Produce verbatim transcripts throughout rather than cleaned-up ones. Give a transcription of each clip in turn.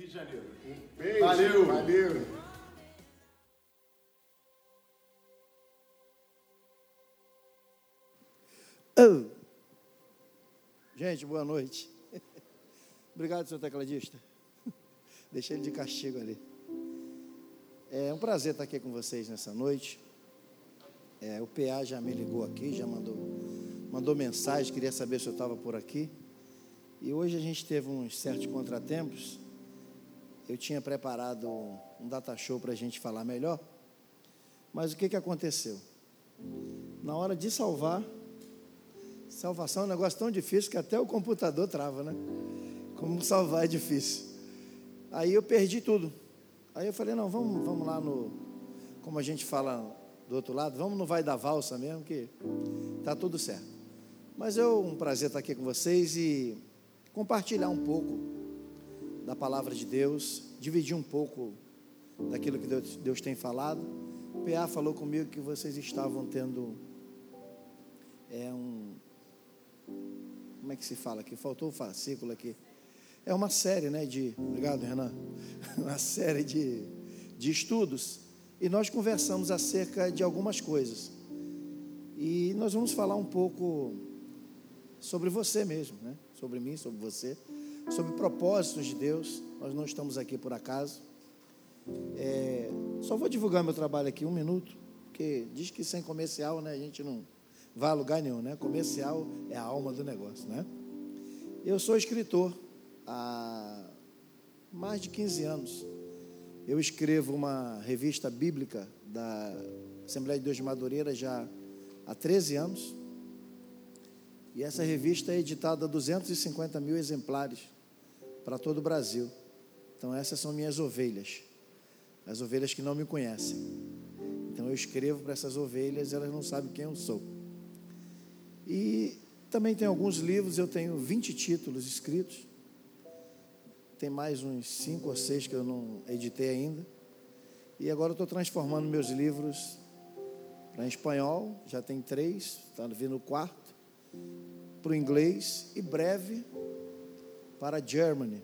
de Janeiro. Um beijo. Valeu. Valeu. Oh. Gente, boa noite. Obrigado, senhor tecladista. Deixei ele de castigo ali. É um prazer estar aqui com vocês nessa noite. É, o P A já me ligou aqui, já mandou, mandou mensagem, queria saber se eu estava por aqui. E hoje a gente teve uns certos contratempos. Eu tinha preparado um data show para a gente falar melhor. Mas o que, que aconteceu? Na hora de salvar, salvação é um negócio tão difícil que até o computador trava, né? Como salvar é difícil. Aí eu perdi tudo. Aí eu falei, não, vamos, vamos lá no, como a gente fala do outro lado, vamos no Vai da Valsa mesmo, que tá tudo certo. Mas é um prazer estar aqui com vocês e compartilhar um pouco da palavra de Deus, dividir um pouco daquilo que Deus, Deus tem falado. O P A falou comigo que vocês estavam tendo é um, como é que se fala aqui? Faltou o fascículo aqui. É uma série, né, de, obrigado, Renan, uma série de, de estudos, e nós conversamos acerca de algumas coisas, e nós vamos falar um pouco sobre você mesmo, né, sobre mim, sobre você, sobre propósitos de Deus. Nós não estamos aqui por acaso. É, só vou divulgar meu trabalho aqui um minuto, porque diz que sem comercial, né, a gente não vai a lugar nenhum, né, comercial é a alma do negócio, né. Eu sou escritor há mais de quinze anos. Eu escrevo uma revista bíblica da Assembleia de Deus de Madureira já há treze anos, e essa revista é editada a duzentos e cinquenta mil exemplares para todo o Brasil. Então essas são minhas ovelhas, as ovelhas que não me conhecem. Então eu escrevo para essas ovelhas, elas não sabem quem eu sou. E também tem alguns livros, eu tenho vinte títulos escritos. Tem mais uns cinco ou seis que eu não editei ainda. E agora eu estou transformando meus livros para espanhol, já tem três, está vindo o quarto, para o inglês e breve para a Germany.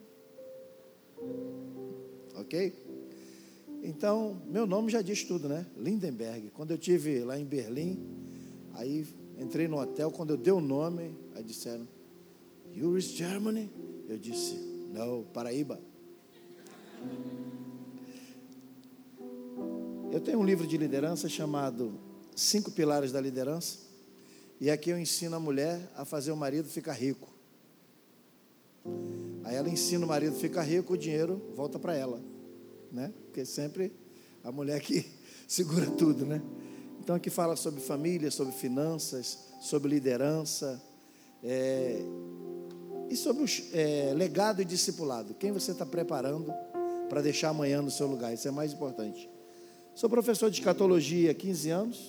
Ok? Então, meu nome já diz tudo, né? Lindenberg. Quando eu estive lá em Berlim, aí entrei no hotel, quando eu dei o nome, aí disseram, "You is Germany?" Eu disse, não, Paraíba. Eu tenho um livro de liderança chamado Cinco Pilares da Liderança, e aqui eu ensino a mulher a fazer o marido ficar rico. Aí ela ensina o marido a ficar rico, o dinheiro volta para ela, né? Porque sempre a mulher que segura tudo, né? Então aqui fala sobre família, sobre finanças, sobre liderança, é, e sobre o é, legado e discipulado. Quem você está preparando para deixar amanhã no seu lugar? Isso é mais importante. Sou professor de escatologia há quinze anos.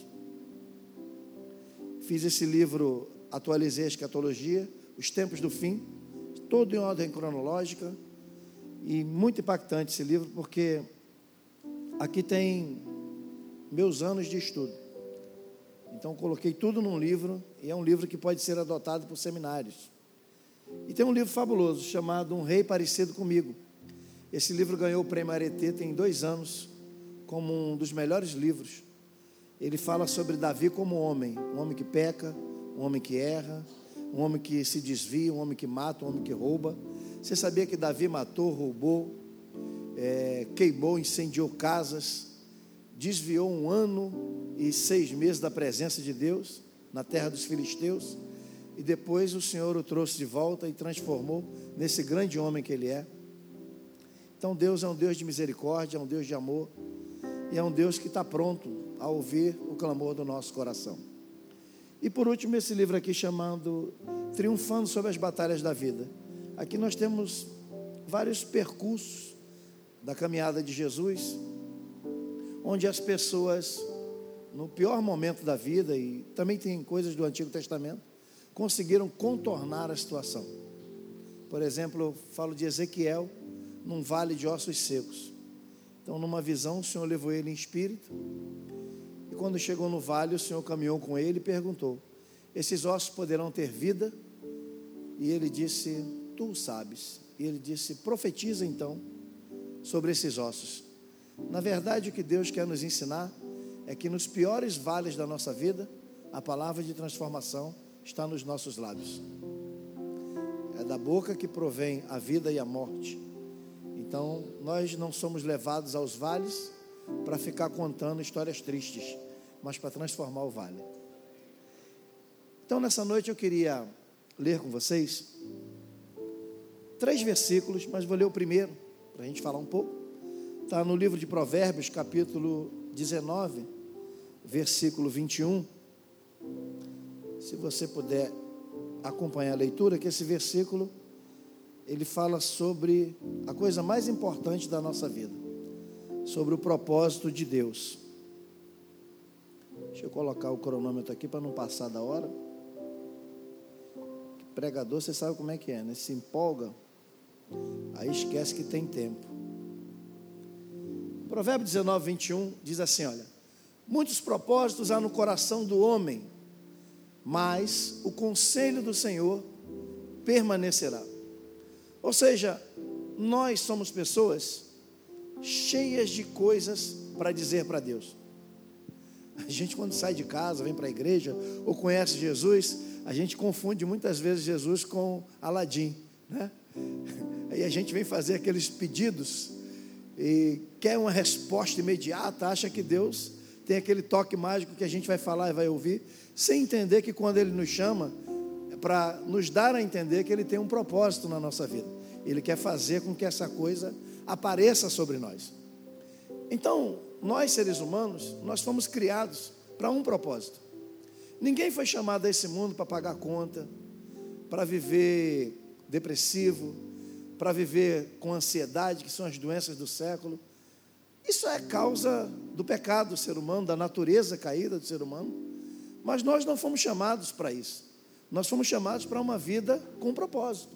Fiz esse livro, atualizei a escatologia, Os Tempos do Fim, todo em ordem cronológica. E muito impactante esse livro, porque aqui tem meus anos de estudo. Então coloquei tudo num livro, e é um livro que pode ser adotado por seminários. E tem um livro fabuloso chamado Um Rei Parecido Comigo. Esse livro ganhou o Prêmio Aretê tem dois anos, como um dos melhores livros. Ele fala sobre Davi como homem, um homem que peca, um homem que erra, um homem que se desvia, um homem que mata, um homem que rouba. Você sabia que Davi matou, roubou, é, queimou, incendiou casas, desviou um ano e seis meses da presença de Deus na terra dos filisteus? E depois o Senhor o trouxe de volta e transformou nesse grande homem que ele é. Então Deus é um Deus de misericórdia, é um Deus de amor, e é um Deus que está pronto a ouvir o clamor do nosso coração. E por último, esse livro aqui chamado Triunfando sobre as Batalhas da Vida. Aqui nós temos vários percursos da caminhada de Jesus, onde as pessoas, no pior momento da vida, e também tem coisas do Antigo Testamento, conseguiram contornar a situação. Por exemplo, eu falo de Ezequiel, num vale de ossos secos. Então, numa visão, o Senhor levou ele em espírito, e quando chegou no vale, o Senhor caminhou com ele e perguntou, esses ossos poderão ter vida? E ele disse, tu sabes. E ele disse, profetiza então, sobre esses ossos. Na verdade, o que Deus quer nos ensinar é que nos piores vales da nossa vida, a palavra de transformação está nos nossos lábios. É da boca que provém a vida e a morte. Então, nós não somos levados aos vales para ficar contando histórias tristes, mas para transformar o vale. Então, nessa noite eu queria ler com vocês três versículos, mas vou ler o primeiro, para a gente falar um pouco. Está no livro de Provérbios, capítulo dezenove, versículo vinte e um. Se você puder acompanhar a leitura, que esse versículo, ele fala sobre a coisa mais importante da nossa vida, sobre o propósito de Deus. Deixa eu colocar o cronômetro aqui para não passar da hora. Pregador, você sabe como é que é, né? Se empolga, aí esquece que tem tempo. Provérbio dezenove, vinte e um diz assim, olha: muitos propósitos há no coração do homem, mas o conselho do Senhor permanecerá. Ou seja, nós somos pessoas cheias de coisas para dizer para Deus. A gente, quando sai de casa, vem para a igreja ou conhece Jesus, a gente confunde muitas vezes Jesus com Aladim, né? Aí a gente vem fazer aqueles pedidos e quer uma resposta imediata, acha que Deus tem aquele toque mágico que a gente vai falar e vai ouvir, sem entender que quando Ele nos chama, é para nos dar a entender que Ele tem um propósito na nossa vida. Ele quer fazer com que essa coisa apareça sobre nós. Então, nós seres humanos, nós fomos criados para um propósito. Ninguém foi chamado a esse mundo para pagar conta, para viver depressivo, para viver com ansiedade, que são as doenças do século. Isso é causa do pecado do ser humano, da natureza caída do ser humano. Mas nós não fomos chamados para isso. Nós fomos chamados para uma vida com propósito.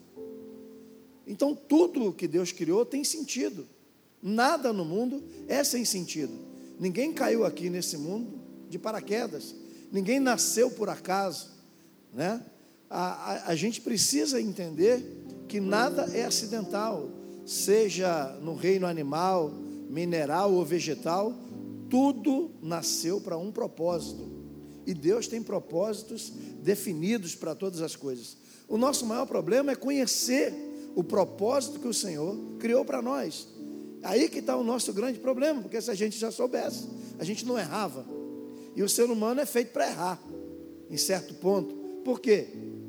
Então, tudo que Deus criou tem sentido. Nada no mundo é sem sentido. Ninguém caiu aqui nesse mundo de paraquedas. Ninguém nasceu por acaso, né? A, a, a gente precisa entender que nada é acidental, seja no reino animal, mineral ou vegetal, tudo nasceu para um propósito. E Deus tem propósitos definidos para todas as coisas. O nosso maior problema é conhecer o propósito que o Senhor criou para nós. Aí que está o nosso grande problema, porque se a gente já soubesse, a gente não errava. E o ser humano é feito para errar, em certo ponto. Por quê?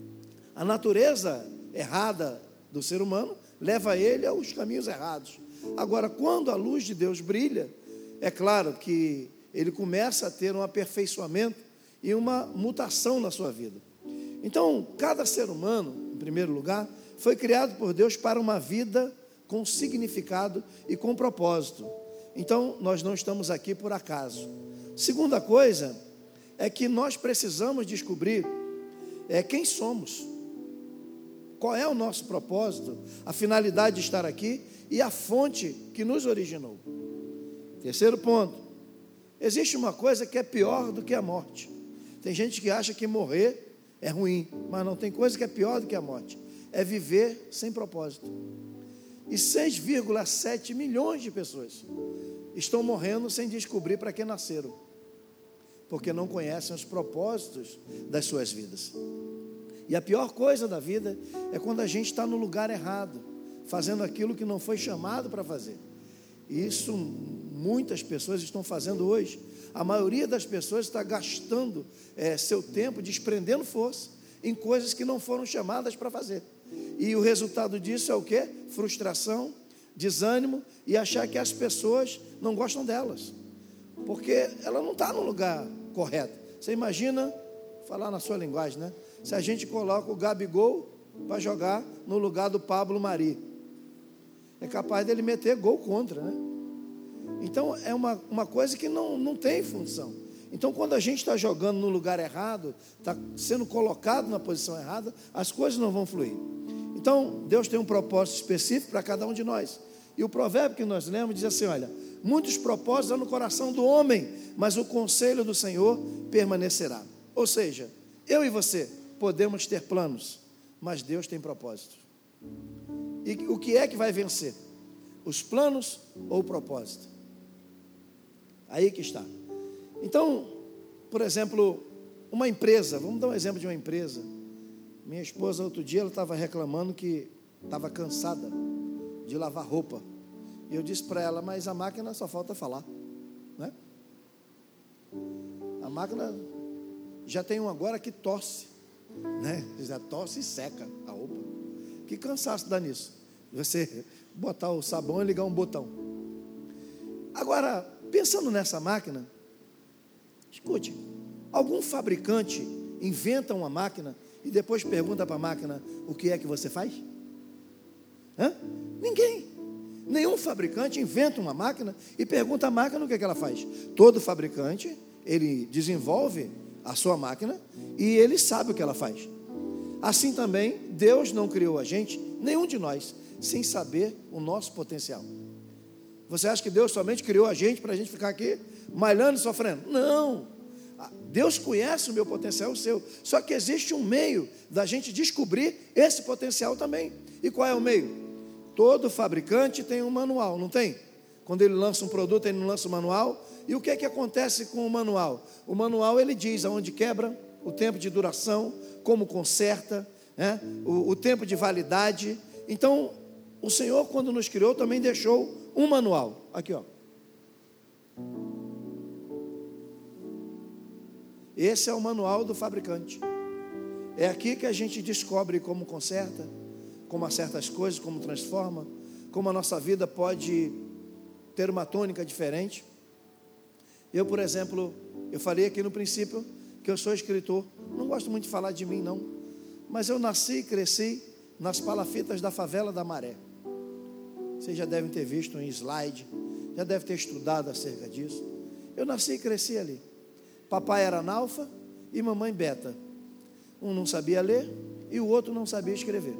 A natureza errada do ser humano leva ele aos caminhos errados. Agora, quando a luz de Deus brilha, é claro que ele começa a ter um aperfeiçoamento e uma mutação na sua vida. Então, cada ser humano, em primeiro lugar, foi criado por Deus para uma vida com significado e com propósito. Então, nós não estamos aqui por acaso. Segunda coisa é que nós precisamos descobrir é, quem somos, qual é o nosso propósito, a finalidade de estar aqui e a fonte que nos originou. Terceiro ponto, existe uma coisa que é pior do que a morte. Tem gente que acha que morrer é ruim, mas não, tem coisa que é pior do que a morte, é viver sem propósito. E seis vírgula sete milhões de pessoas estão morrendo sem descobrir para que nasceram, porque não conhecem os propósitos das suas vidas. E a pior coisa da vida é quando a gente está no lugar errado, fazendo aquilo que não foi chamado para fazer. E isso muitas pessoas estão fazendo hoje. A maioria das pessoas está gastando é, seu tempo, desprendendo força em coisas que não foram chamadas para fazer. E o resultado disso é o quê? Frustração, desânimo e achar que as pessoas não gostam delas, porque ela não está no lugar correto. Você imagina, falar na sua linguagem, né? Se a gente coloca o Gabigol para jogar no lugar do Pablo Mari, é capaz dele meter gol contra, né? Então é uma, uma coisa que não, não tem função. Então, quando a gente está jogando no lugar errado, está sendo colocado na posição errada, as coisas não vão fluir. Então, Deus tem um propósito específico para cada um de nós. E o provérbio que nós lemos diz assim, olha: muitos propósitos há no coração do homem, mas o conselho do Senhor permanecerá. Ou seja, eu e você podemos ter planos, mas Deus tem propósitos. E o que é que vai vencer? os planos ou o propósito? Aí que está. Então, por exemplo, uma empresa, vamos dar um exemplo de uma empresa. Minha esposa, outro dia, ela estava reclamando que estava cansada de lavar roupa. E eu disse para ela, mas a máquina só falta falar, né? A máquina já tem um agora que tosse, né? Já tosse e seca a roupa. Que cansaço dá nisso? Você botar o sabão e ligar um botão. Agora, pensando nessa máquina, escute, algum fabricante inventa uma máquina e depois pergunta para a máquina o que é que você faz? Hã? Ninguém. Nenhum fabricante inventa uma máquina e pergunta à máquina o que é que ela faz. Todo fabricante, ele desenvolve a sua máquina e ele sabe o que ela faz. Assim também, Deus não criou a gente, nenhum de nós, sem saber o nosso potencial. Você acha que Deus somente criou a gente para a gente ficar aqui malhando e sofrendo? Não. Deus conhece o meu potencial e o seu. Só que existe um meio da gente descobrir esse potencial também. E qual é o meio? Todo fabricante tem um manual, não tem? Quando ele lança um produto, ele não lança um manual. E o que é que acontece com o manual? O manual, ele diz aonde quebra, o tempo de duração, como conserta, né? o, o tempo de validade. Então, o Senhor, quando nos criou, também deixou um manual. Aqui, ó. Esse é o manual do fabricante. É aqui que a gente descobre como conserta, como acerta as coisas, como transforma, como a nossa vida pode ter uma tônica diferente. Eu, por exemplo, eu falei aqui no princípio que eu sou escritor. Não gosto muito de falar de mim, não. Mas eu nasci e cresci nas palafitas da favela da Maré. Vocês já devem ter visto um slide, já devem ter estudado acerca disso. Eu nasci e cresci ali. Papai era analfa e mamãe beta. Um não sabia ler e o outro não sabia escrever.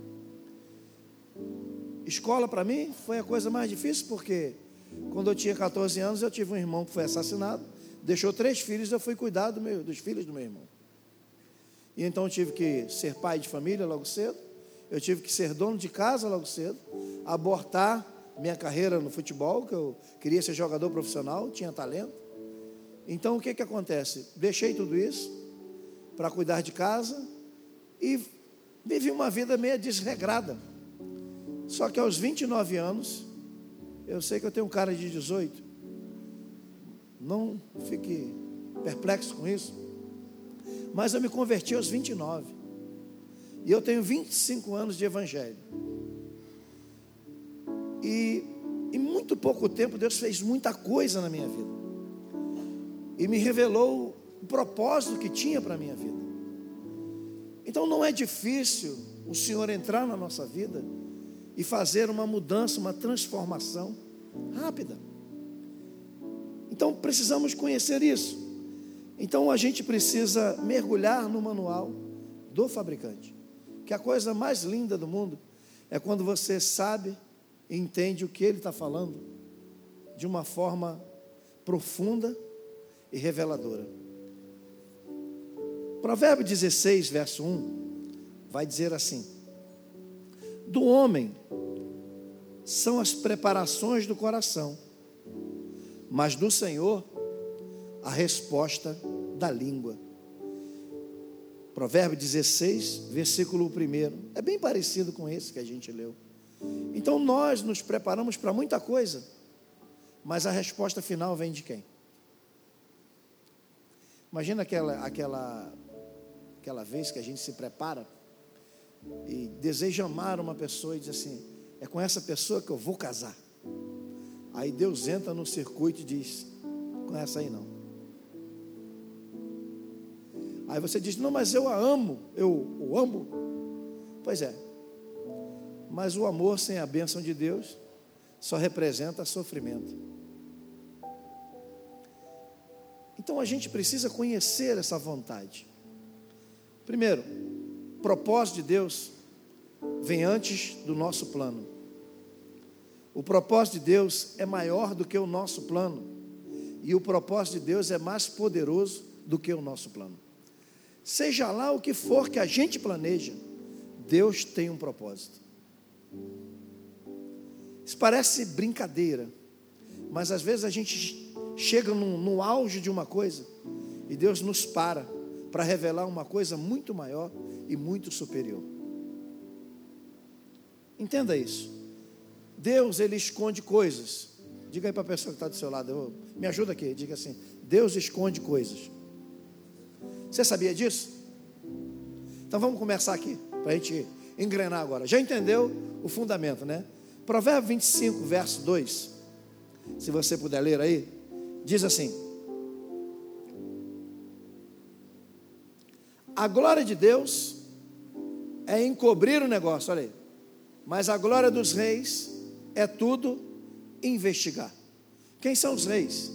Escola para mim foi a coisa mais difícil, porque quando eu tinha catorze anos eu tive um irmão que foi assassinado, deixou três filhos, eu fui cuidar do meu, dos filhos do meu irmão. E então eu tive que ser pai de família logo cedo, eu tive que ser dono de casa logo cedo, abortar minha carreira no futebol, que eu queria ser jogador profissional, tinha talento. Então o que que acontece? Deixei tudo isso para cuidar de casa e vivi uma vida meio desregrada. Só que aos vinte e nove anos, eu sei que eu tenho um cara de dezoito, não fique perplexo com isso, mas eu me converti aos vinte e nove, e eu tenho vinte e cinco anos de evangelho, e em muito pouco tempo Deus fez muita coisa na minha vida, e me revelou o propósito que tinha para a minha vida. Então não é difícil o Senhor entrar na nossa vida e fazer uma mudança, uma transformação rápida. Então precisamos conhecer isso. Então a gente precisa mergulhar no manual do fabricante. Que a coisa mais linda do mundo é quando você sabe e entende o que ele está falando de uma forma profunda e reveladora. Provérbio dezesseis, verso um, vai dizer assim: do homem são as preparações do coração, mas do Senhor a resposta da língua. Provérbio dezesseis, versículo um. É bem parecido com esse que a gente leu. Então nós nos preparamos para muita coisa, mas a resposta final vem de quem? Imagina aquela, aquela, aquela vez que a gente se prepara e deseja amar uma pessoa e diz assim: é com essa pessoa que eu vou casar. Aí Deus entra no circuito e diz: com essa aí não. Aí você diz: não, mas eu a amo, eu o amo. Pois é, mas o amor sem a bênção de Deus só representa sofrimento. Então a gente precisa conhecer essa vontade. Primeiro, o propósito de Deus vem antes do nosso plano. O propósito de Deus é maior do que o nosso plano, e o propósito de Deus é mais poderoso do que o nosso plano. Seja lá o que for que a gente planeja, Deus tem um propósito. Isso parece brincadeira, mas às vezes a gente chega no, no auge de uma coisa e Deus nos para para revelar uma coisa muito maior e muito superior. Entenda isso. Deus, Ele esconde coisas. Diga aí para a pessoa que está do seu lado, eu, me ajuda aqui, diga assim: Deus esconde coisas. Você sabia disso? Então vamos começar aqui, para a gente engrenar agora. Já entendeu o fundamento, né? Provérbios vinte e cinco, verso dois, se você puder ler aí, diz assim: a glória de Deus é encobrir o negócio, olha aí, mas a glória dos reis é tudo investigar. Quem são os reis?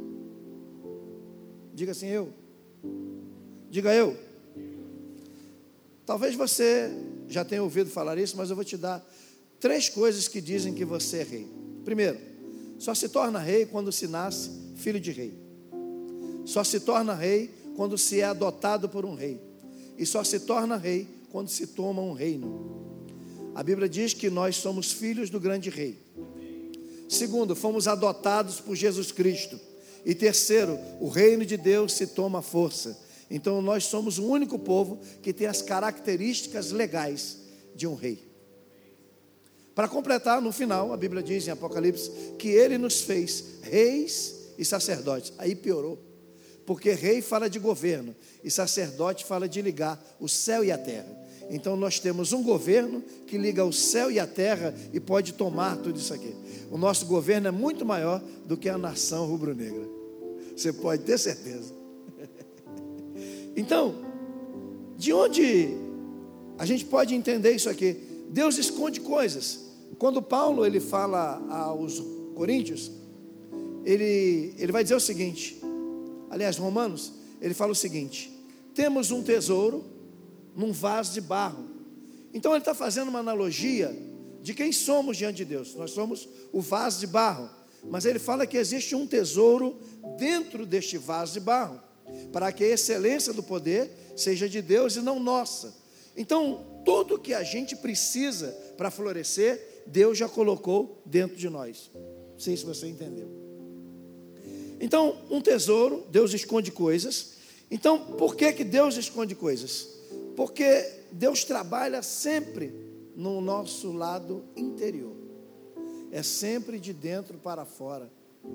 Diga assim: eu. Diga eu. Talvez você já tenha ouvido falar isso, mas eu vou te dar três coisas que dizem que você é rei. Primeiro, só se torna rei quando se nasce filho de rei. Só se torna rei quando se é adotado por um rei. E só se torna rei quando se toma um reino. A Bíblia diz que nós somos filhos do grande rei. Segundo, fomos adotados por Jesus Cristo. E terceiro, o reino de Deus se toma força. Então nós somos o único povo que tem as características legais de um rei. Para completar, no final, a Bíblia diz em Apocalipse que Ele nos fez reis e sacerdotes. Aí piorou, porque rei fala de governo e sacerdote fala de ligar o céu e a terra. Então nós temos um governo que liga o céu e a terra e pode tomar tudo isso aqui. O nosso governo é muito maior do que a nação rubro-negra. Você pode ter certeza. Então, de onde a gente pode entender isso aqui? Deus esconde coisas. Quando Paulo ele fala aos Coríntios, ele, ele vai dizer o seguinte, aliás, Romanos, ele fala o seguinte: temos um tesouro num vaso de barro. Então ele está fazendo uma analogia de quem somos diante de Deus. Nós somos o vaso de barro, mas ele fala que existe um tesouro dentro deste vaso de barro, para que a excelência do poder seja de Deus e não nossa. Então, tudo que a gente precisa para florescer, Deus já colocou dentro de nós. Não sei se você entendeu. Então, um tesouro, Deus esconde coisas. Então, por que que Deus esconde coisas? Porque Deus trabalha sempre no nosso lado interior. É sempre de dentro para fora.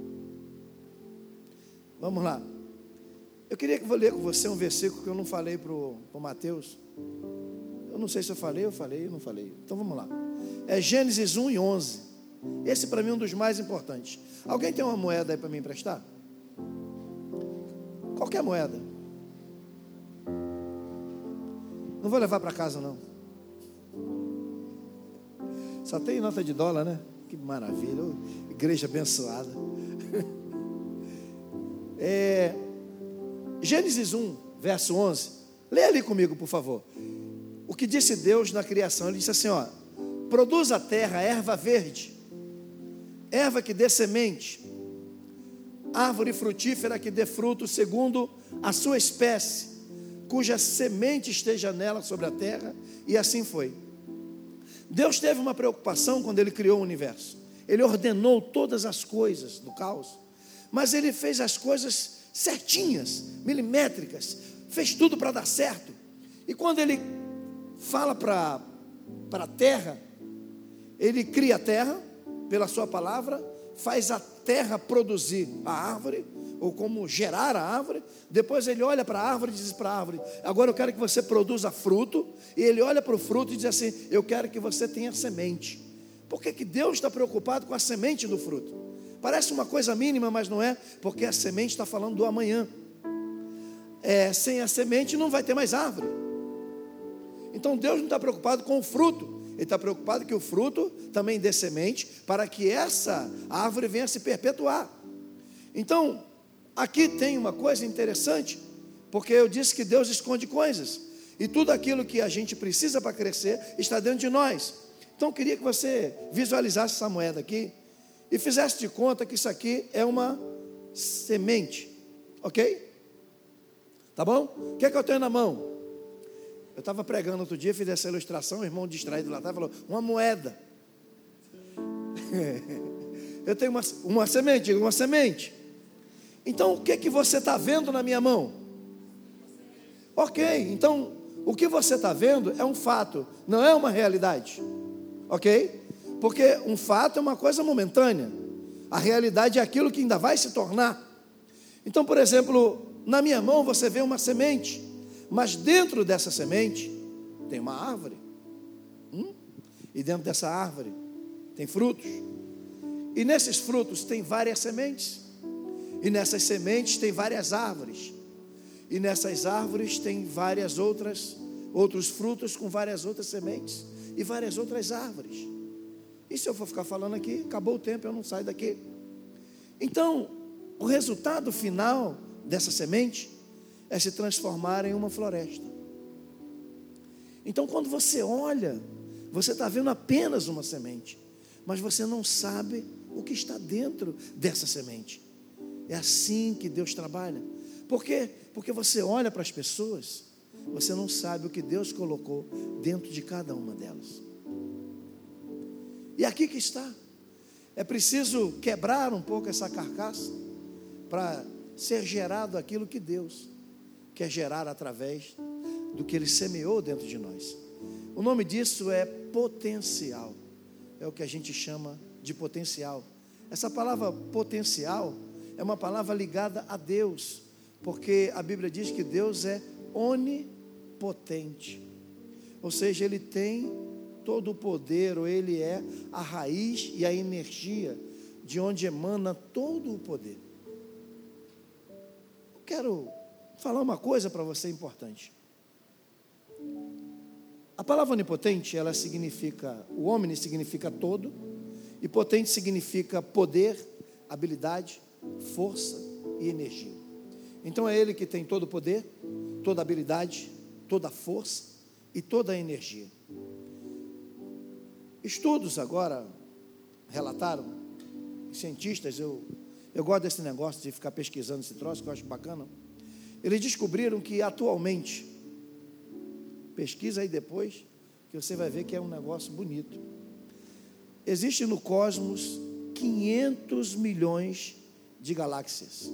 Vamos lá. Eu queria que eu vou ler com você um versículo que eu não falei para o Mateus. Eu não sei se eu falei, eu falei, eu não falei. Então vamos lá. É Gênesis um e onze. Esse para mim é um dos mais importantes. Alguém tem uma moeda aí para me emprestar? Qualquer moeda. Não vou levar para casa não. Só tem nota de dólar, né? Que maravilha. Igreja abençoada. É... Gênesis um, verso onze. Leia ali comigo, por favor. O que disse Deus na criação? Ele disse assim, ó: produz a terra erva verde, erva que dê semente, árvore frutífera que dê fruto segundo a sua espécie, cuja semente esteja nela sobre a terra. E assim foi. Deus teve uma preocupação quando Ele criou o universo. Ele ordenou todas as coisas do caos, mas Ele fez as coisas certinhas, milimétricas, fez tudo para dar certo. E quando Ele fala para para a terra, Ele cria a terra pela sua palavra, faz a terra produzir a árvore, ou como gerar a árvore. Depois Ele olha para a árvore e diz para a árvore: agora eu quero que você produza fruto. E Ele olha para o fruto e diz assim: eu quero que você tenha semente. Por que que Deus está preocupado com a semente do fruto? Parece uma coisa mínima, mas não é, porque a semente está falando do amanhã. É, sem a semente não vai ter mais árvore. Então Deus não está preocupado com o fruto, Ele está preocupado que o fruto também dê semente, para que essa árvore venha a se perpetuar. Então, aqui tem uma coisa interessante, porque eu disse que Deus esconde coisas, e tudo aquilo que a gente precisa para crescer está dentro de nós. Então eu queria que você visualizasse essa moeda aqui e fizesse de conta que isso aqui é uma semente, ok? Tá bom? O que é que eu tenho na mão? Eu estava pregando outro dia, fiz essa ilustração, o irmão distraído lá atrás falou: uma moeda. Eu tenho uma, uma semente, uma semente. Então, o que que você está vendo na minha mão? Ok, então, o que você está vendo é um fato, não é uma realidade. Ok? Porque um fato é uma coisa momentânea. A realidade é aquilo que ainda vai se tornar. Então, por exemplo, na minha mão você vê uma semente, mas dentro dessa semente tem uma árvore. Hum? E dentro dessa árvore tem frutos. E nesses frutos tem várias sementes. E nessas sementes tem várias árvores. E nessas árvores tem várias outras, outros frutos com várias outras sementes. E várias outras árvores. E se eu for ficar falando aqui, acabou o tempo, eu não saio daqui. Então, o resultado final dessa semente é se transformar em uma floresta. Então, quando você olha, você está vendo apenas uma semente, mas você não sabe o que está dentro dessa semente. É assim que Deus trabalha. Por quê? Porque você olha para as pessoas, você não sabe o que Deus colocou dentro de cada uma delas. E aqui que está. É preciso quebrar um pouco essa carcaça para ser gerado aquilo que Deus quer gerar através do que Ele semeou dentro de nós. O nome disso é potencial. É o que a gente chama de potencial. Essa palavra potencial é uma palavra ligada a Deus, porque a Bíblia diz que Deus é onipotente. Ou seja, Ele tem todo o poder, ou Ele é a raiz e a energia de onde emana todo o poder. Eu quero falar uma coisa para você importante. A palavra onipotente, ela significa, o omni significa todo, e potente significa poder, habilidade, força e energia. Então é Ele que tem todo o poder, toda a habilidade, toda a força e toda a energia. Estudos agora relataram, cientistas, eu, eu gosto desse negócio de ficar pesquisando esse troço, que eu acho bacana. Eles descobriram que atualmente, pesquisa aí depois, que você vai ver que é um negócio bonito. Existe no cosmos quinhentos milhões de galáxias.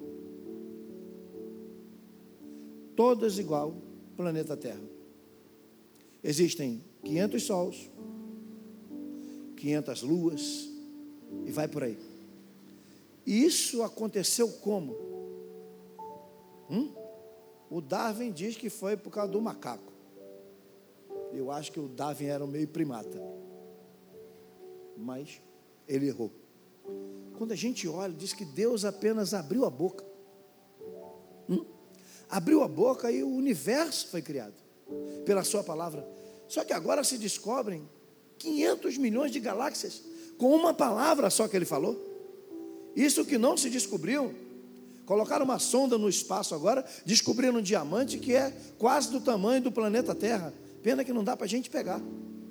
Todas igual ao planeta Terra. Existem quinhentos sols, quinhentas luas, e vai por aí. E isso aconteceu como? Hum? O Darwin diz que foi por causa do macaco. Eu acho que o Darwin era um meio primata, mas ele errou. Quando a gente olha, diz que Deus apenas abriu a boca. Hum? Abriu a boca e o universo foi criado pela sua palavra. Só que agora se descobrem quinhentos milhões de galáxias com uma palavra só que ele falou. Isso que não se descobriu. Colocaram uma sonda no espaço agora, descobriram um diamante que é quase do tamanho do planeta Terra. Pena que não dá para a gente pegar.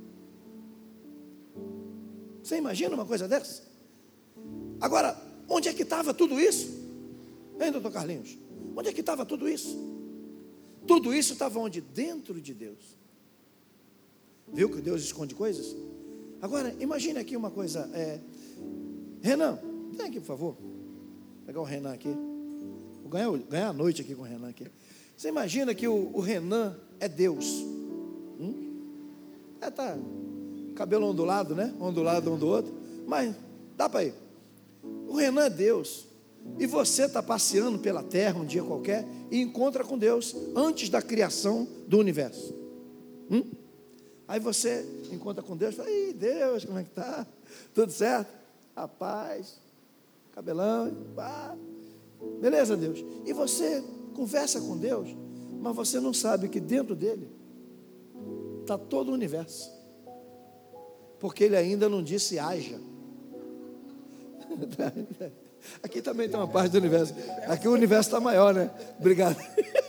Você imagina uma coisa dessa? Agora, onde é que estava tudo isso? Hein, doutor Carlinhos? Onde é que estava tudo isso? Tudo isso estava onde? Dentro de Deus. Viu que Deus esconde coisas? Agora, imagine aqui uma coisa. É, Renan, vem aqui, por favor. Vou pegar o Renan aqui. Vou ganhar, ganhar a noite aqui com o Renan aqui. Você imagina que o, o Renan é Deus. Hum? É, tá. Cabelo ondulado, né? Ondulado um do outro. Mas dá para ir. O Renan é Deus. E você está passeando pela terra um dia qualquer e encontra com Deus antes da criação do universo. Hum? Aí você encontra com Deus e fala: ih, Deus, como é que está? Tudo certo? Rapaz, cabelão, pá. Beleza, Deus. E você conversa com Deus, mas você não sabe que dentro dele está todo o universo. Porque ele ainda não disse haja. Aqui também tem uma parte do universo. Aqui o universo está maior, né? Obrigado.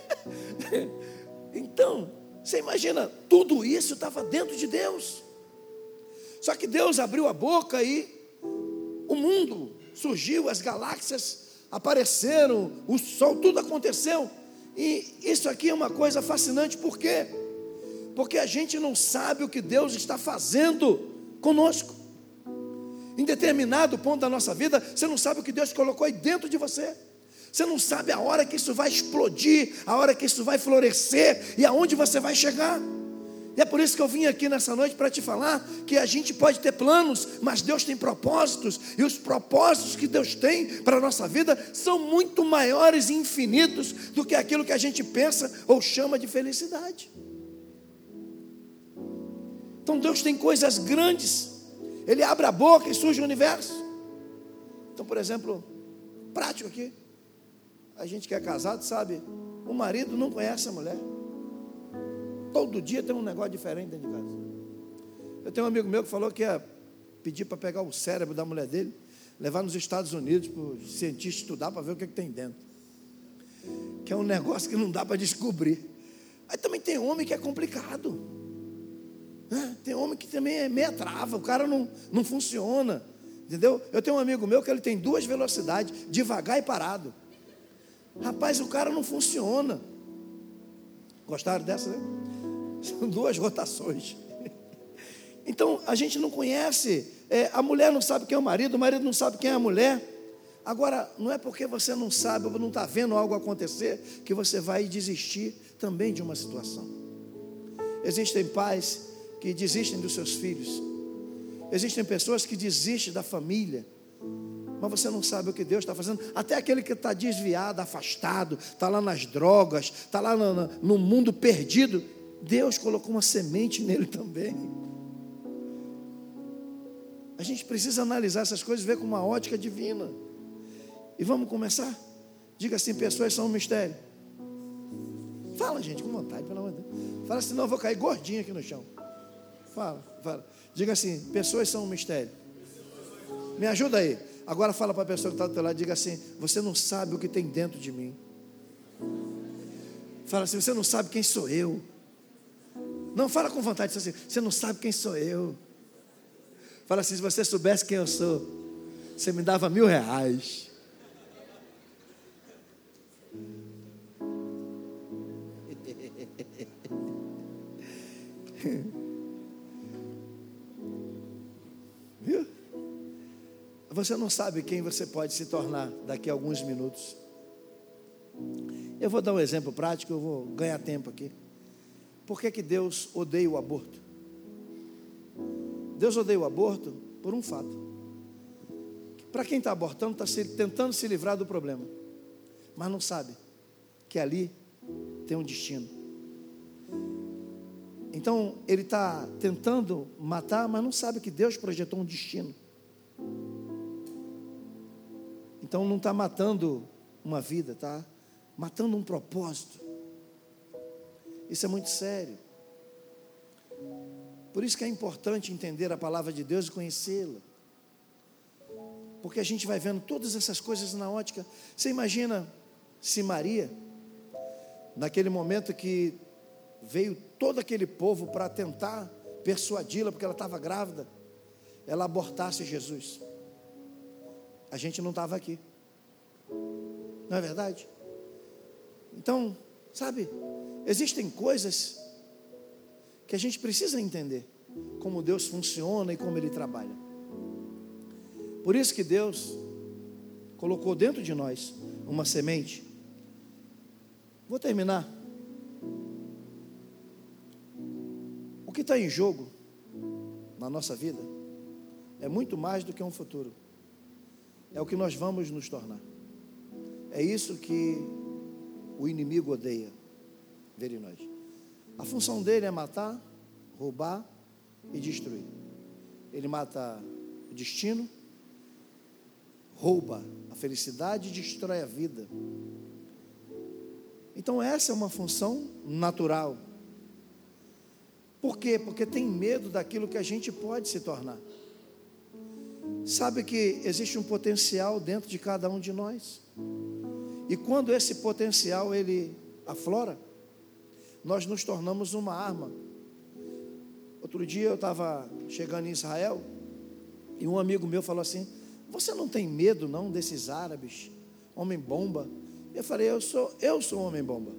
Então, você imagina, tudo isso estava dentro de Deus. Só que Deus abriu a boca e o mundo surgiu, as galáxias apareceram, o sol, tudo aconteceu. E isso aqui é uma coisa fascinante. Por quê? Porque a gente não sabe o que Deus está fazendo conosco. Em determinado ponto da nossa vida, você não sabe o que Deus colocou aí dentro de você. Você não sabe a hora que isso vai explodir, a hora que isso vai florescer e aonde você vai chegar. E é por isso que eu vim aqui nessa noite para te falar que a gente pode ter planos, mas Deus tem propósitos, e os propósitos que Deus tem para a nossa vida são muito maiores e infinitos do que aquilo que a gente pensa ou chama de felicidade. Então Deus tem coisas grandes, Ele abre a boca e surge o universo. Então, por exemplo, prático aqui, a gente que é casado sabe, o marido não conhece a mulher. Todo dia tem um negócio diferente dentro de casa. Eu tenho um amigo meu que falou que ia pedir para pegar o cérebro da mulher dele, levar nos Estados Unidos para os cientistas estudar para ver o que, é que tem dentro. Que é um negócio que não dá para descobrir. Aí também tem homem que é complicado, né? Tem homem que também é meia trava, o cara não, não funciona, entendeu? Eu tenho um amigo meu que ele tem duas velocidades, devagar e parado. Rapaz, o cara não funciona. Gostaram dessa, né? São duas rotações. Então, a gente não conhece, é, a mulher não sabe quem é o marido, o marido não sabe quem é a mulher. Agora, não é porque você não sabe ou não está vendo algo acontecer que você vai desistir também de uma situação. Existem pais que desistem dos seus filhos. Existem pessoas que desistem da família. Mas você não sabe o que Deus está fazendo. Até aquele que está desviado, afastado, está lá nas drogas, está lá no, no mundo perdido, Deus colocou uma semente nele também. A gente precisa analisar essas coisas, ver com uma ótica divina. E vamos começar? Diga assim: pessoas são um mistério. Fala, gente, com vontade, pelo amor de Deus. Fala, senão eu vou cair gordinho aqui no chão. Fala, fala. Diga assim: pessoas são um mistério. Me ajuda aí. Agora fala para a pessoa que está do teu lado, diga assim: você não sabe o que tem dentro de mim. Fala assim: você não sabe quem sou eu. Não, fala com vontade, assim: você não sabe quem sou eu. Fala assim: se você soubesse quem eu sou, você me dava mil reais. Viu? Você não sabe quem você pode se tornar daqui a alguns minutos. Eu vou dar um exemplo prático, eu vou ganhar tempo aqui. Por que que Deus odeia o aborto? Deus odeia o aborto por um fato. Para quem está abortando, está se, tentando se livrar do problema, mas não sabe que ali tem um destino. Então, ele está tentando matar, mas não sabe que Deus projetou um destino. Então, não está matando uma vida, está matando um propósito. Isso é muito sério. Por isso que é importante entender a palavra de Deus e conhecê-la. Porque a gente vai vendo todas essas coisas na ótica. Você imagina se Maria, naquele momento que veio todo aquele povo para tentar persuadi-la, porque ela estava grávida, ela abortasse Jesus. A gente não estava aqui. Não é verdade? Então, sabe, existem coisas que a gente precisa entender como Deus funciona e como Ele trabalha. Por isso que Deus colocou dentro de nós uma semente. Vou terminar. O que está em jogo na nossa vida é muito mais do que um futuro. É o que nós vamos nos tornar. É isso que o inimigo odeia ver em nós. A função dele é matar, roubar e destruir. Ele mata o destino, rouba a felicidade e destrói a vida. Então essa é uma função natural. Por quê? Porque tem medo daquilo que a gente pode se tornar. Sabe que existe um potencial dentro de cada um de nós. E quando esse potencial ele aflora, nós nos tornamos uma arma. Outro dia eu estava chegando em Israel e um amigo meu falou assim: você não tem medo não desses árabes, homem bomba? Eu falei: eu sou, eu sou homem bomba.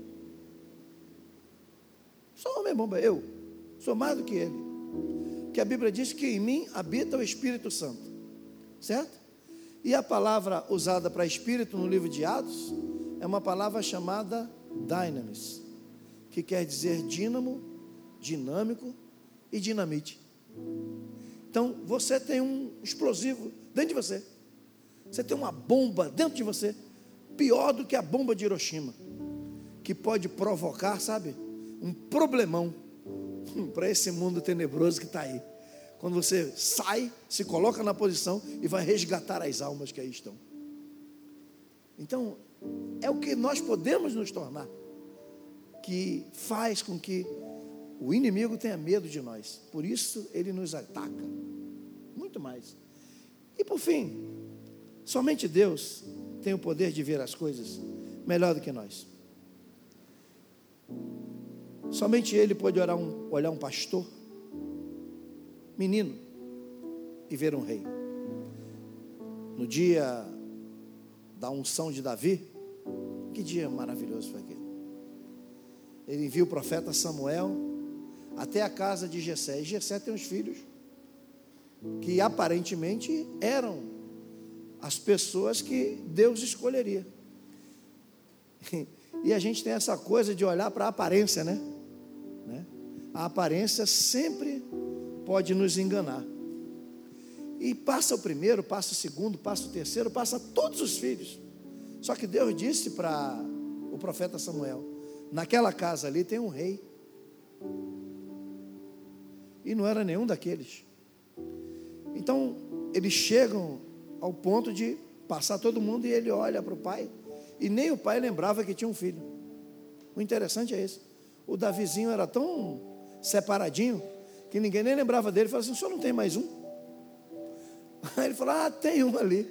Sou homem bomba, eu sou mais do que ele. Que a Bíblia diz que em mim habita o Espírito Santo. certo? E a palavra usada para espírito no livro de Atos é uma palavra chamada dynamis, que quer dizer dínamo, dinâmico e dinamite. Então, você tem um explosivo dentro de você. Você tem uma bomba dentro de você, pior do que a bomba de Hiroshima, que pode provocar, sabe, um problemão para esse mundo tenebroso que está aí. Quando você sai, se coloca na posição e vai resgatar as almas que aí estão. Então, é o que nós podemos nos tornar, que faz com que o inimigo tenha medo de nós. Por isso ele nos ataca, muito mais. E por fim, somente Deus tem o poder de ver as coisas melhor do que nós. Somente Ele pode olhar um, olhar um pastor, menino, e ver um rei. No dia da unção de Davi, que dia maravilhoso foi aquele. Ele envia o profeta Samuel até a casa de Jessé. E Jessé tem uns filhos que aparentemente eram as pessoas que Deus escolheria. E a gente tem essa coisa de olhar para a aparência, né? né? A aparência sempre pode nos enganar. E passa o primeiro, passa o segundo, passa o terceiro, passa todos os filhos. Só que Deus disse para o profeta Samuel: naquela casa ali tem um rei. E não era nenhum daqueles. Então, eles chegam ao ponto de passar todo mundo e ele olha para o pai. E nem o pai lembrava que tinha um filho. O interessante é isso. O Davizinho era tão separadinho que ninguém nem lembrava dele. Ele falou assim: o senhor não tem mais um? Aí ele falou: ah, tem um ali.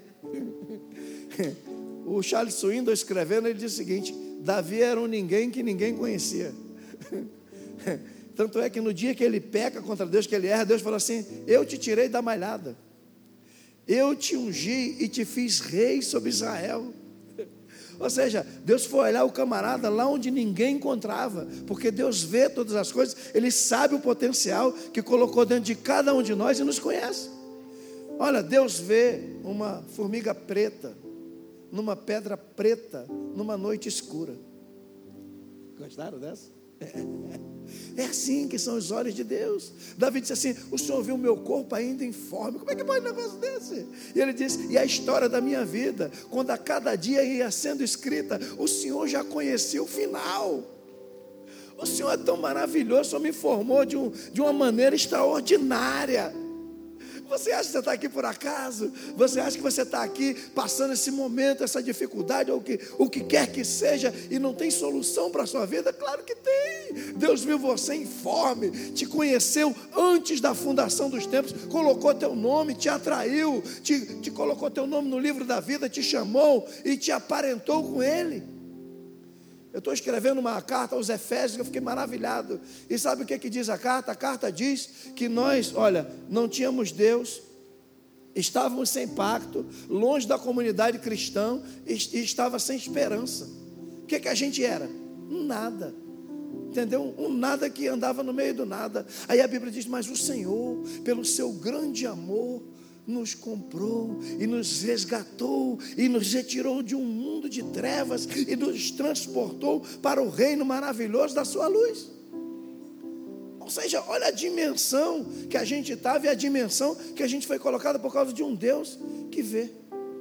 O Charles Swindoll escrevendo, ele diz o seguinte: Davi era um ninguém que ninguém conhecia. Tanto é que no dia que ele peca contra Deus, que ele erra, Deus falou assim: eu te tirei da malhada, eu te ungi e te fiz rei sobre Israel. Ou seja, Deus foi olhar o camarada lá onde ninguém encontrava, porque Deus vê todas as coisas, Ele sabe o potencial que colocou dentro de cada um de nós e nos conhece. Olha, Deus vê uma formiga preta numa pedra preta numa noite escura. Gostaram dessa? É assim que são os olhos de Deus. Davi disse assim: o Senhor viu o meu corpo ainda informe. Como é que pode um negócio desse? E ele disse: e a história da minha vida, quando a cada dia ia sendo escrita, o Senhor já conhecia o final. O Senhor é tão maravilhoso, o Senhor me formou de, um, de uma maneira extraordinária. Você acha que você está aqui por acaso? Você acha que você está aqui passando esse momento, essa dificuldade, ou o que, o que quer que seja, e não tem solução para a sua vida? Claro que tem. Deus viu você informe, te conheceu antes da fundação dos tempos, colocou teu nome, te atraiu, te, te colocou teu nome no livro da vida, te chamou e te aparentou com Ele. Eu estou escrevendo uma carta aos Efésios, eu fiquei maravilhado. E sabe o que, que diz a carta? A carta diz que nós, olha, não tínhamos Deus, estávamos sem pacto, longe da comunidade cristã e estava sem esperança. O que, que a gente era? Um nada. Entendeu? Um nada que andava no meio do nada. Aí a Bíblia diz: mas o Senhor, pelo seu grande amor, nos comprou e nos resgatou e nos retirou de um mundo de trevas e nos transportou para o reino maravilhoso da sua luz. Ou seja, olha a dimensão que a gente estava e a dimensão que a gente foi colocada por causa de um Deus que vê.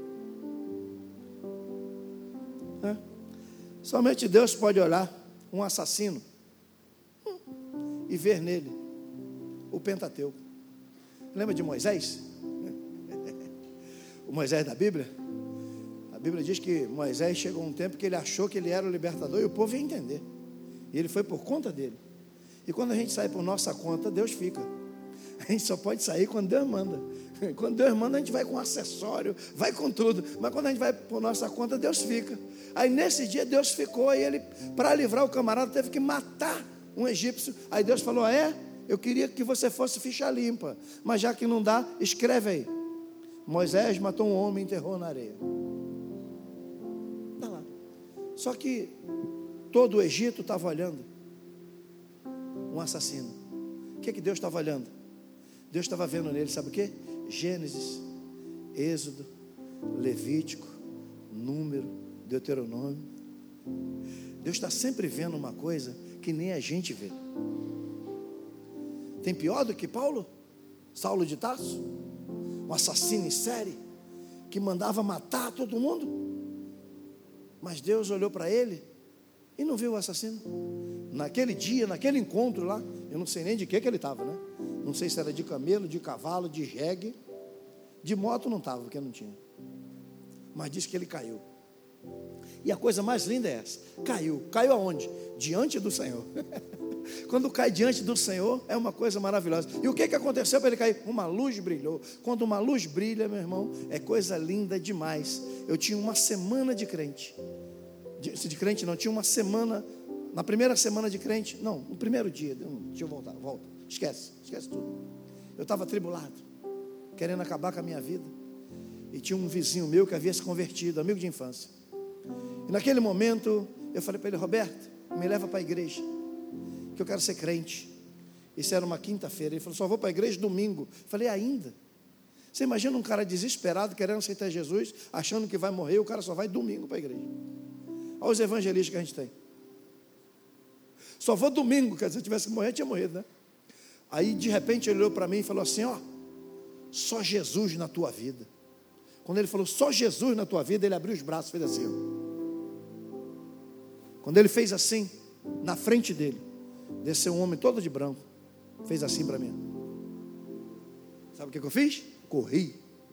É. Somente Deus pode olhar um assassino e ver nele o Pentateuco. Lembra de Moisés? O Moisés da Bíblia? A Bíblia diz que Moisés chegou um tempo que ele achou que ele era o libertador e o povo ia entender. E ele foi por conta dele. E quando a gente sai por nossa conta, Deus fica. A gente só pode sair quando Deus manda. Quando Deus manda, a gente vai com acessório, vai com tudo. Mas quando a gente vai por nossa conta, Deus fica. Aí nesse dia Deus ficou, e ele, para livrar o camarada, teve que matar um egípcio. Aí Deus falou: ah, é? Eu queria que você fosse ficha limpa, mas já que não dá, escreve aí: Moisés matou um homem e enterrou na areia. Está lá. Só que todo o Egito estava olhando um assassino. O que, que Deus estava olhando? Deus estava vendo nele, sabe o quê? Gênesis, Êxodo, Levítico, Número, Deuteronômio. Deus está sempre vendo uma coisa que nem a gente vê. Tem pior do que Paulo? Saulo de Tarso? Um assassino em série, que mandava matar todo mundo. Mas Deus olhou para ele e não viu o assassino. Naquele dia, naquele encontro lá, eu não sei nem de que, que ele estava, né? Não sei se era de camelo, de cavalo, de jegue. De moto não estava, porque não tinha. Mas disse que ele caiu. E a coisa mais linda é essa: caiu. Caiu aonde? Diante do Senhor. Quando cai diante do Senhor, é uma coisa maravilhosa. E o que, que aconteceu para ele cair? Uma luz brilhou. Quando uma luz brilha, meu irmão, é coisa linda demais. Eu tinha uma semana de crente. De, de crente não, tinha uma semana. Na primeira semana de crente, não, no primeiro dia. Deixa eu voltar, volta. Esquece, esquece tudo. Eu estava atribulado, querendo acabar com a minha vida. E tinha um vizinho meu que havia se convertido, amigo de infância. E naquele momento, eu falei para ele: Roberto, me leva para a igreja, que eu quero ser crente. Isso era uma quinta-feira. Ele falou: só vou para a igreja domingo. Eu falei: ainda? Você imagina um cara desesperado, querendo aceitar Jesus, achando que vai morrer, e o cara só vai domingo para a igreja. Olha os evangelistas que a gente tem. Só vou domingo, quer dizer, se tivesse que morrer, tinha morrido, né? Aí de repente ele olhou para mim e falou assim: ó, só Jesus na tua vida. Quando ele falou só Jesus na tua vida, ele abriu os braços e fez assim, ó. Quando ele fez assim, na frente dele, desceu um homem todo de branco, fez assim para mim. Sabe o que, que eu fiz? Corri.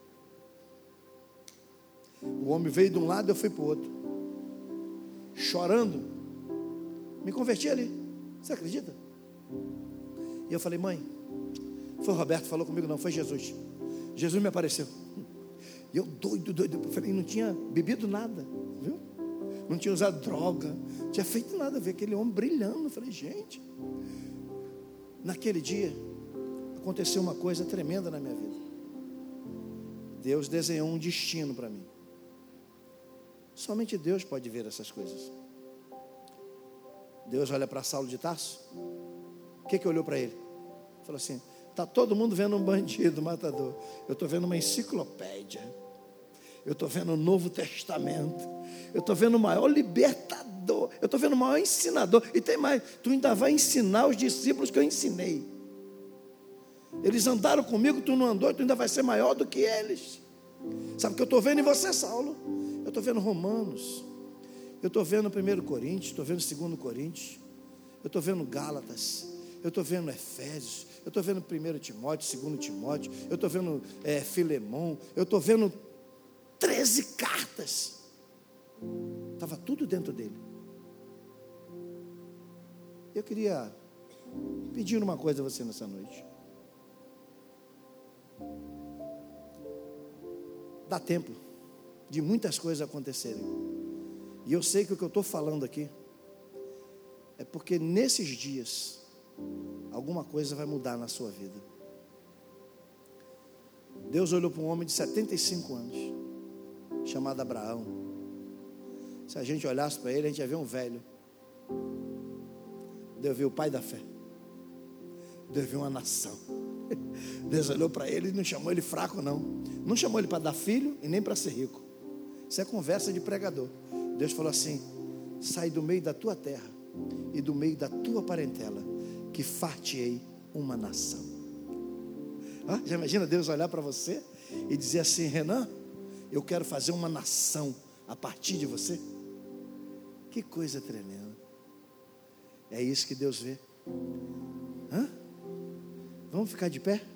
O homem veio de um lado, eu fui para o outro, chorando. Me converti ali. Você acredita? E eu falei: mãe, foi o Roberto que falou comigo? Não, foi Jesus. Jesus me apareceu. E eu doido, doido. Eu falei: não tinha bebido nada, viu? Não tinha usado droga, não tinha feito nada. Ver aquele homem brilhando. Eu falei: gente. Naquele dia aconteceu uma coisa tremenda na minha vida. Deus desenhou um destino para mim. Somente Deus pode ver essas coisas. Deus olha para Saulo de Tarso. O que que olhou para ele? Falou assim: está todo mundo vendo um bandido matador. Eu estou vendo uma enciclopédia. Eu estou vendo o Novo Testamento. Eu estou vendo o maior libertador. Eu estou vendo o maior ensinador. E tem mais, tu ainda vai ensinar os discípulos que eu ensinei. Eles andaram comigo, tu não andou, tu ainda vai ser maior do que eles. Sabe o que eu estou vendo em você, Saulo? Eu estou vendo Romanos. Eu estou vendo primeiro Coríntios, estou vendo segundo Coríntios, eu estou vendo Gálatas, eu estou vendo Efésios, eu estou vendo primeiro Timóteo, segundo Timóteo, eu estou vendo é, Filemão, eu estou vendo treze cartas. Estava tudo dentro dele. Eu queria pedir uma coisa a você nessa noite. Dá tempo de muitas coisas acontecerem. E eu sei que o que eu estou falando aqui é porque nesses dias alguma coisa vai mudar na sua vida. Deus olhou para um homem de setenta e cinco anos, chamado Abraão. Se a gente olhasse para ele, a gente ia ver um velho. Deus viu o pai da fé. Deus viu uma nação. Deus olhou para ele e não chamou ele fraco, não. Não chamou ele para dar filho e nem para ser rico. Isso é conversa de pregador. Deus falou assim: sai do meio da tua terra e do meio da tua parentela, que far-te-ei uma nação. Ah, já imagina Deus olhar para você e dizer assim: Renan, eu quero fazer uma nação a partir de você. Que coisa tremenda. É isso que Deus vê. Hã? Vamos ficar de pé?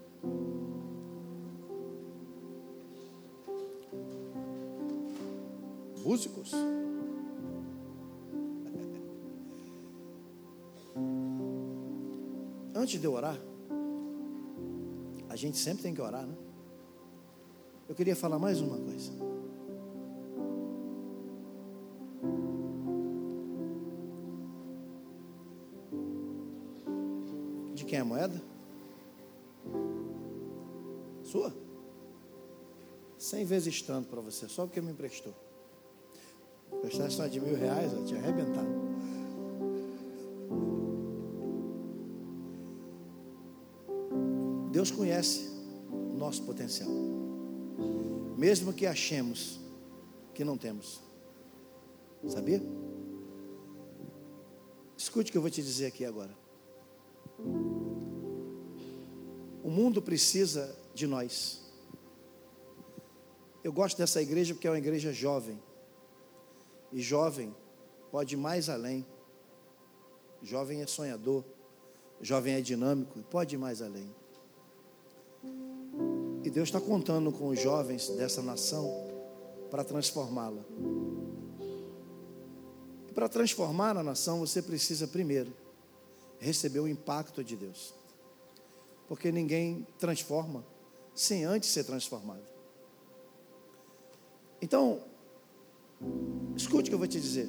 Músicos. Antes de eu orar, a gente sempre tem que orar, né? Eu queria falar mais uma coisa. De quem é a moeda? Sua? Cem vezes tanto para você, só porque me emprestou. Emprestar só de mil reais, eu tinha arrebentado. Deus conhece o nosso potencial. mesmo que achemos que não temos. Sabia? Escute o que eu vou te dizer aqui agora. O mundo precisa de nós. Eu gosto dessa igreja porque é uma igreja jovem. E jovem pode ir mais além. Jovem é sonhador. Jovem é dinâmico e pode ir mais além. E Deus está contando com os jovens dessa nação para transformá-la. E para transformar a nação, você precisa primeiro receber o impacto de Deus. Porque ninguém transforma sem antes ser transformado. Então, escute o que eu vou te dizer.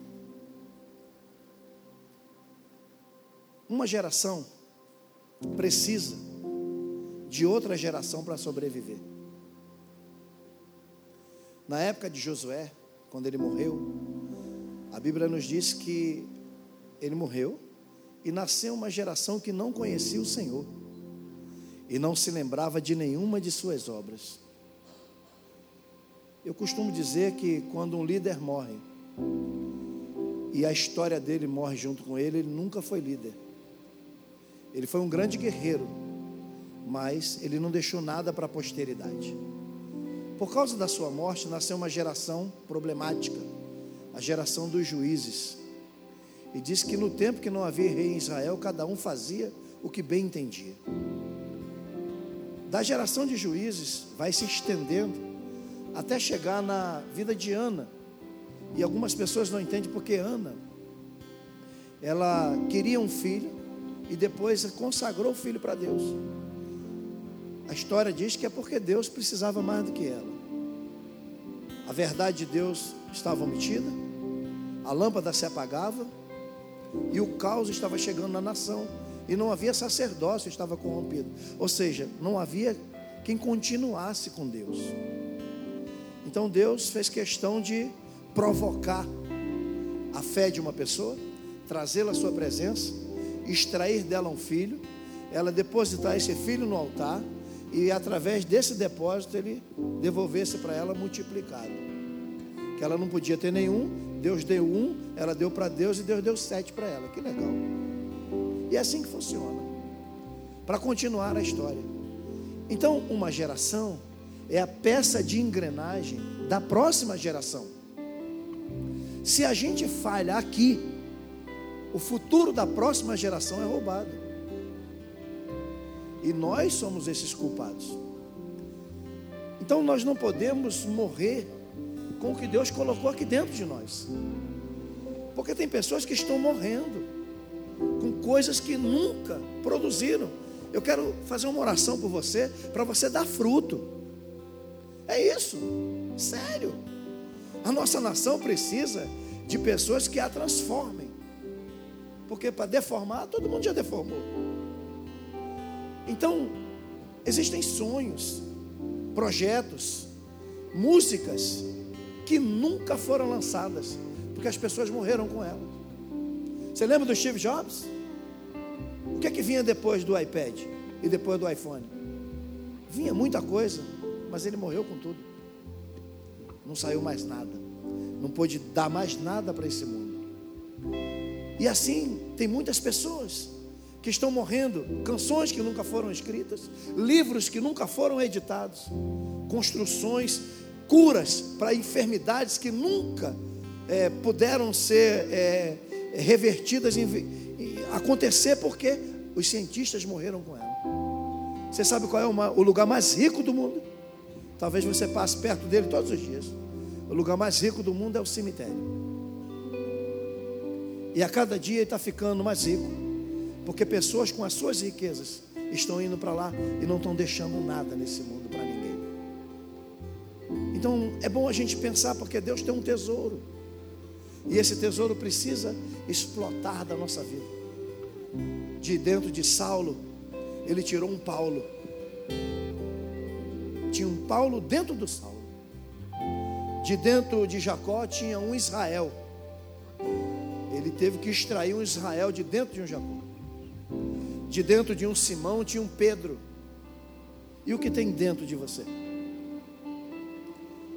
Uma geração precisa de outra geração para sobreviver. Na época de Josué, quando ele morreu, a Bíblia nos diz que ele morreu e nasceu uma geração que não conhecia o Senhor e não se lembrava de nenhuma de suas obras. Eu costumo dizer que quando um líder morre e a história dele morre junto com ele, ele nunca foi líder. Ele foi um grande guerreiro, mas ele não deixou nada para a posteridade. Por causa da sua morte, nasceu uma geração problemática, a geração dos juízes. E diz que no tempo que não havia rei em Israel, cada um fazia o que bem entendia. Da geração de juízes, vai se estendendo, até chegar na vida de Ana. E algumas pessoas não entendem porque Ana, ela queria um filho, e depois consagrou o filho para Deus. A história diz que é porque Deus precisava mais do que ela. A verdade de Deus estava omitida, a lâmpada se apagava, e o caos estava chegando na nação, e não havia sacerdócio, estava corrompido. Ou seja, não havia quem continuasse com Deus. Então Deus fez questão de provocar a fé de uma pessoa, trazê-la à sua presença, extrair dela um filho, ela depositar esse filho no altar, e através desse depósito ele devolvesse para ela multiplicado. Que ela não podia ter nenhum, Deus deu um, ela deu para Deus e Deus deu sete para ela. Que legal. E é assim que funciona, para continuar a história. Então, uma geração é a peça de engrenagem da próxima geração. Se a gente falha aqui, o futuro da próxima geração é roubado. E nós somos esses culpados. Então nós não podemos morrer com o que Deus colocou aqui dentro de nós. Porque tem pessoas que estão morrendo com coisas que nunca produziram. Eu quero fazer uma oração por você, para você dar fruto. É isso, sério. A nossa nação precisa de pessoas que a transformem. Porque para deformar, todo mundo já deformou. Então, existem sonhos, projetos, músicas que nunca foram lançadas, porque as pessoas morreram com ela. Você lembra do Steve Jobs? O que é que vinha depois do iPad e depois do iPhone? Vinha muita coisa, mas ele morreu com tudo. Não saiu mais nada. Não pôde dar mais nada para esse mundo. E assim, tem muitas pessoas que estão morrendo, canções que nunca foram escritas, livros que nunca foram editados, construções, curas para enfermidades que nunca é, puderam ser é, revertidas, em, em, acontecer porque os cientistas morreram com ela. Você sabe qual é uma, o lugar mais rico do mundo? Talvez você passe perto dele todos os dias. O lugar mais rico do mundo é o cemitério. E a cada dia ele está ficando mais rico, porque pessoas com as suas riquezas estão indo para lá e não estão deixando nada nesse mundo para ninguém. Então é bom a gente pensar, porque Deus tem um tesouro, e esse tesouro precisa explotar da nossa vida. De dentro de Saulo, ele tirou um Paulo. Tinha um Paulo dentro do Saulo. De dentro de Jacó tinha um Israel. Ele teve que extrair um Israel de dentro de um Jacó. De dentro de um Simão tinha um Pedro. E o que tem dentro de você?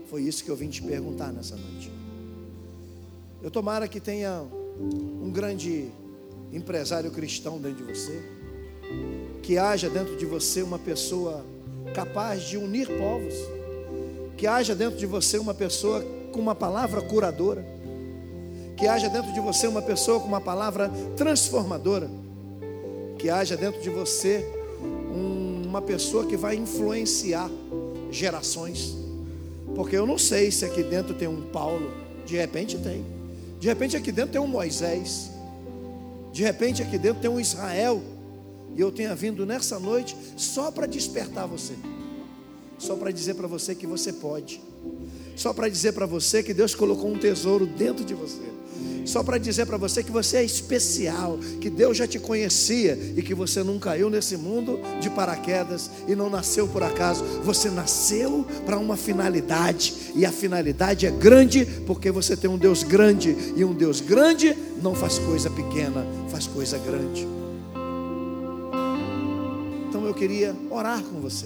Foi isso que eu vim te perguntar nessa noite. Eu tomara que tenha um grande empresário cristão dentro de você, que haja dentro de você uma pessoa capaz de unir povos, que haja dentro de você uma pessoa com uma palavra curadora, que haja dentro de você uma pessoa com uma palavra transformadora, que haja dentro de você um, uma pessoa que vai influenciar gerações. Porque eu não sei se aqui dentro tem um Paulo, de repente tem, de repente aqui dentro tem um Moisés, de repente aqui dentro tem um Israel, e eu tenha vindo nessa noite só para despertar você, só para dizer para você que você pode, só para dizer para você que Deus colocou um tesouro dentro de você, só para dizer para você que você é especial, que Deus já te conhecia e que você não caiu nesse mundo de paraquedas e não nasceu por acaso. Você nasceu para uma finalidade, e a finalidade é grande, porque você tem um Deus grande, e um Deus grande não faz coisa pequena, faz coisa grande. Então eu queria orar com você.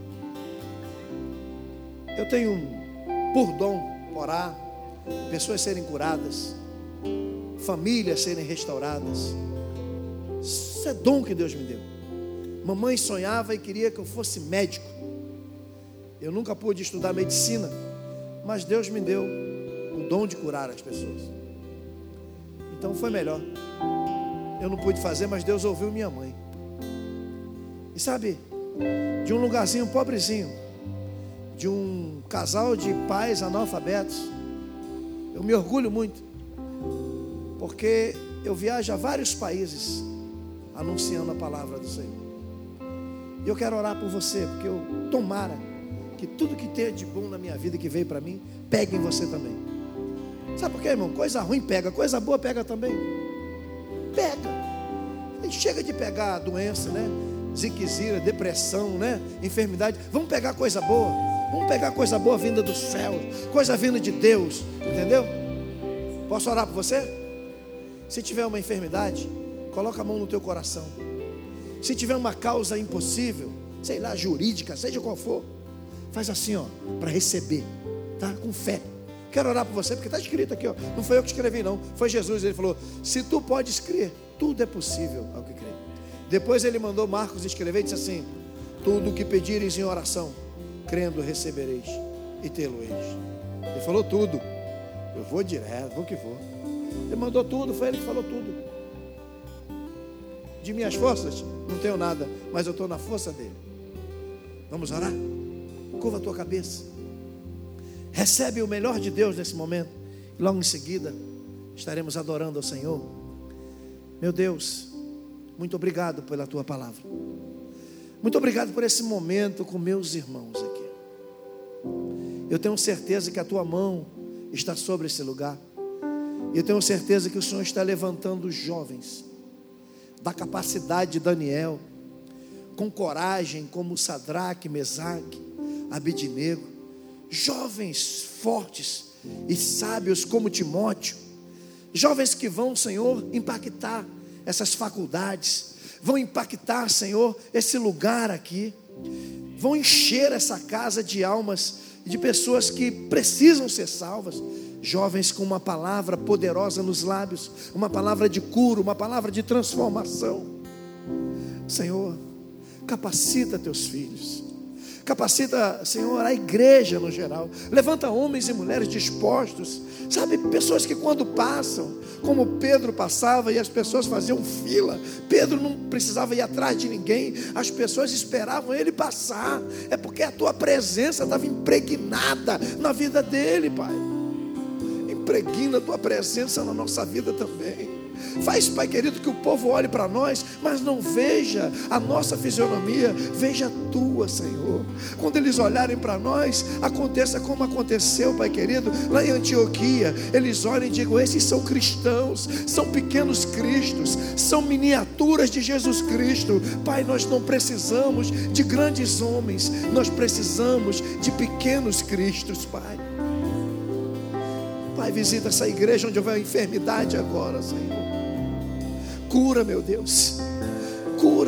Eu tenho um por dom orar, pessoas serem curadas, famílias serem restauradas. Isso é dom que Deus me deu. Mamãe sonhava e queria que eu fosse médico. Eu nunca pude estudar medicina, mas Deus me deu o dom de curar as pessoas. Então foi melhor. Eu não pude fazer, mas Deus ouviu minha mãe. E sabe, de um lugarzinho pobrezinho, de um casal de pais analfabetos, eu me orgulho muito, porque eu viajo a vários países anunciando a palavra do Senhor. E eu quero orar por você, porque eu tomara que tudo que tem de bom na minha vida, que veio para mim, pegue em você também. Sabe por quê, irmão? Coisa ruim pega, coisa boa pega também. Pega. E chega de pegar doença, né? Ziquezira, depressão, né? Enfermidade. Vamos pegar coisa boa. Vamos pegar coisa boa vinda do céu, coisa vinda de Deus, entendeu? Posso orar por você? Se tiver uma enfermidade, coloca a mão no teu coração. Se tiver uma causa impossível, sei lá, jurídica, seja qual for, faz assim, ó, para receber, tá? Com fé. Quero orar por você, porque está escrito aqui, ó. Não foi eu que escrevi, não. Foi Jesus. Ele falou: se tu podes crer, tudo é possível ao que crê. Depois ele mandou Marcos escrever e disse assim: tudo o que pedires em oração, crendo recebereis e tê-lo-eis. Ele falou tudo. Eu vou direto, vou que vou. Ele mandou tudo, foi ele que falou tudo. De minhas forças, não tenho nada, mas eu estou na força dele. Vamos orar? Curva a tua cabeça. Recebe o melhor de Deus nesse momento. E logo em seguida, estaremos adorando ao Senhor. Meu Deus, muito obrigado pela tua palavra. Muito obrigado por esse momento com meus irmãos aqui. Eu tenho certeza que a tua mão está sobre esse lugar. E eu tenho certeza que o Senhor está levantando jovens da capacidade de Daniel, com coragem como Sadraque, Mesaque, Abednego, jovens fortes e sábios como Timóteo, jovens que vão, Senhor, impactar essas faculdades, vão impactar, Senhor, esse lugar aqui, vão encher essa casa de almas, de pessoas que precisam ser salvas, jovens com uma palavra poderosa nos lábios, uma palavra de cura, uma palavra de transformação. Senhor, capacita teus filhos, capacita, Senhor, a igreja no geral. Levanta homens e mulheres dispostos, sabe, pessoas que quando passam, como Pedro passava e as pessoas faziam fila, Pedro não precisava ir atrás de ninguém, as pessoas esperavam ele passar, é porque a tua presença estava impregnada na vida dele, Pai. Impregna a tua presença na nossa vida também. Faz, Pai querido, que o povo olhe para nós, mas não veja a nossa fisionomia, veja a tua, Senhor. Quando eles olharem para nós, aconteça como aconteceu, Pai querido, lá em Antioquia. Eles olhem e digam: esses são cristãos, são pequenos cristos, são miniaturas de Jesus Cristo. Pai, nós não precisamos de grandes homens, nós precisamos de pequenos cristos, Pai. Pai, visita essa igreja onde houver enfermidade agora, Senhor. Cura, meu Deus, cura.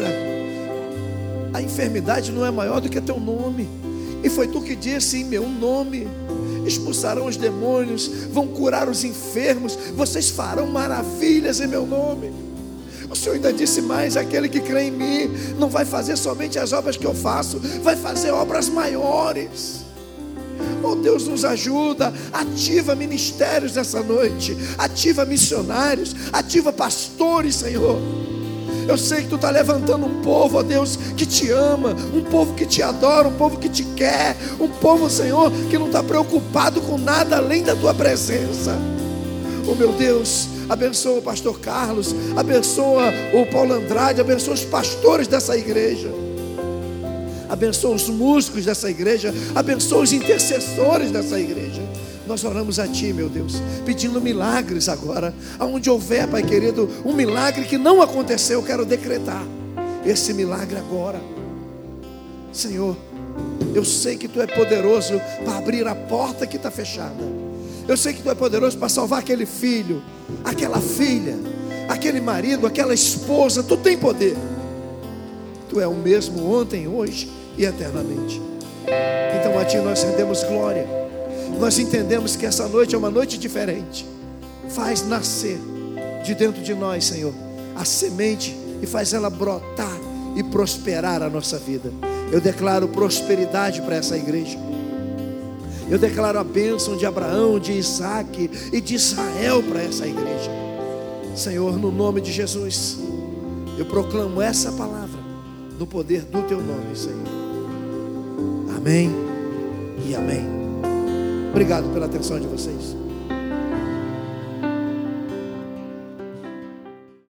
A enfermidade não é maior do que teu nome, e foi tu que disse: em meu nome expulsarão os demônios, vão curar os enfermos, vocês farão maravilhas em meu nome. O Senhor ainda disse mais: aquele que crê em mim não vai fazer somente as obras que eu faço, vai fazer obras maiores. Oh Deus, nos ajuda, ativa ministérios nessa noite, ativa missionários, ativa pastores, Senhor. Eu sei que Tu está levantando um povo, ó Deus, que Te ama, um povo que Te adora, um povo que Te quer, um povo, Senhor, que não está preocupado com nada além da Tua presença. Oh meu Deus, abençoa o pastor Carlos, abençoa o Paulo Andrade, abençoa os pastores dessa igreja, abençoa os músicos dessa igreja, abençoa os intercessores dessa igreja. Nós oramos a Ti, meu Deus, pedindo milagres agora. Aonde houver, Pai querido, um milagre que não aconteceu, eu quero decretar esse milagre agora. Senhor, eu sei que Tu é poderoso para abrir a porta que está fechada. Eu sei que Tu é poderoso para salvar aquele filho, aquela filha, aquele marido, aquela esposa. Tu tem poder. Tu é o mesmo ontem, hoje e eternamente. Então a Ti nós rendemos glória. Nós entendemos que essa noite é uma noite diferente. Faz nascer de dentro de nós, Senhor, a semente e faz ela brotar e prosperar a nossa vida. Eu declaro prosperidade para essa igreja. Eu declaro a bênção de Abraão, de Isaac e de Israel para essa igreja. Senhor, no nome de Jesus, eu proclamo essa palavra no poder do Teu nome, Senhor. Amém e amém. Obrigado pela atenção de vocês.